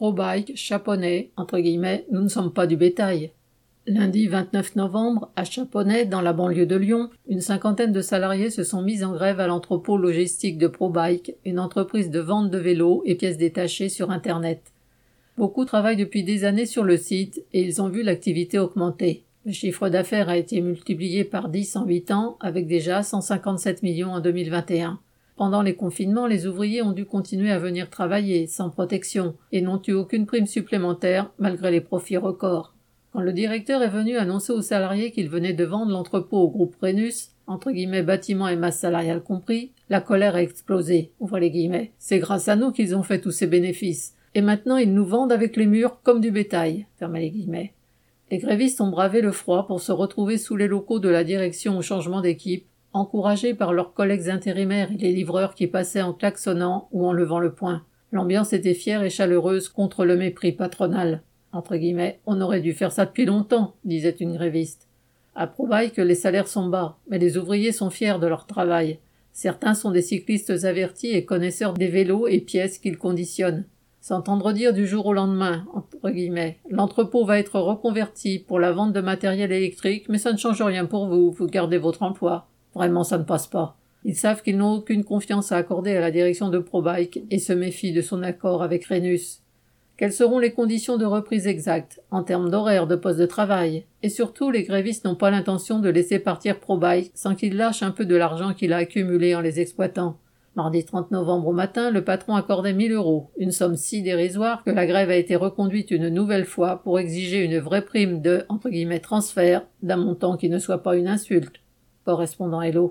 ProBike, Chaponnet, entre guillemets, nous ne sommes pas du bétail. Lundi 29 novembre, à Chaponnet, dans la banlieue de Lyon, une cinquantaine de salariés se sont mis en grève à l'entrepôt logistique de ProBike, une entreprise de vente de vélos et pièces détachées sur Internet. Beaucoup travaillent depuis des années sur le site et ils ont vu l'activité augmenter. Le chiffre d'affaires a été multiplié par 10 en 8 ans, avec déjà 157 millions en 2021. Pendant les confinements, les ouvriers ont dû continuer à venir travailler, sans protection, et n'ont eu aucune prime supplémentaire, malgré les profits records. Quand le directeur est venu annoncer aux salariés qu'il venait de vendre l'entrepôt au groupe Rhenus, entre guillemets bâtiment et masse salariale compris, la colère a explosé, ouvrez les guillemets. C'est grâce à nous qu'ils ont fait tous ces bénéfices. Et maintenant ils nous vendent avec les murs comme du bétail, fermez les guillemets. Les grévistes ont bravé le froid pour se retrouver sous les locaux de la direction au changement d'équipe, encouragés par leurs collègues intérimaires et les livreurs qui passaient en klaxonnant ou en levant le poing. L'ambiance était fière et chaleureuse contre le mépris patronal. Entre guillemets, on aurait dû faire ça depuis longtemps, disait une gréviste. À ProBike, les salaires sont bas, mais les ouvriers sont fiers de leur travail. Certains sont des cyclistes avertis et connaisseurs des vélos et pièces qu'ils conditionnent. S'entendre dire du jour au lendemain, entre guillemets, l'entrepôt va être reconverti pour la vente de matériel électrique, mais ça ne change rien pour vous, vous gardez votre emploi. Vraiment, ça ne passe pas. Ils savent qu'ils n'ont aucune confiance à accorder à la direction de ProBike et se méfient de son accord avec Rhenus. Quelles seront les conditions de reprise exactes, en termes d'horaire, de poste de travail? Et surtout, les grévistes n'ont pas l'intention de laisser partir ProBike sans qu'il lâche un peu de l'argent qu'il a accumulé en les exploitant. Mardi 30 novembre au matin, le patron accordait 1 000 €, une somme si dérisoire que la grève a été reconduite une nouvelle fois pour exiger une vraie prime de, entre guillemets, transfert, d'un montant qui ne soit pas une insulte. Correspondant Hello.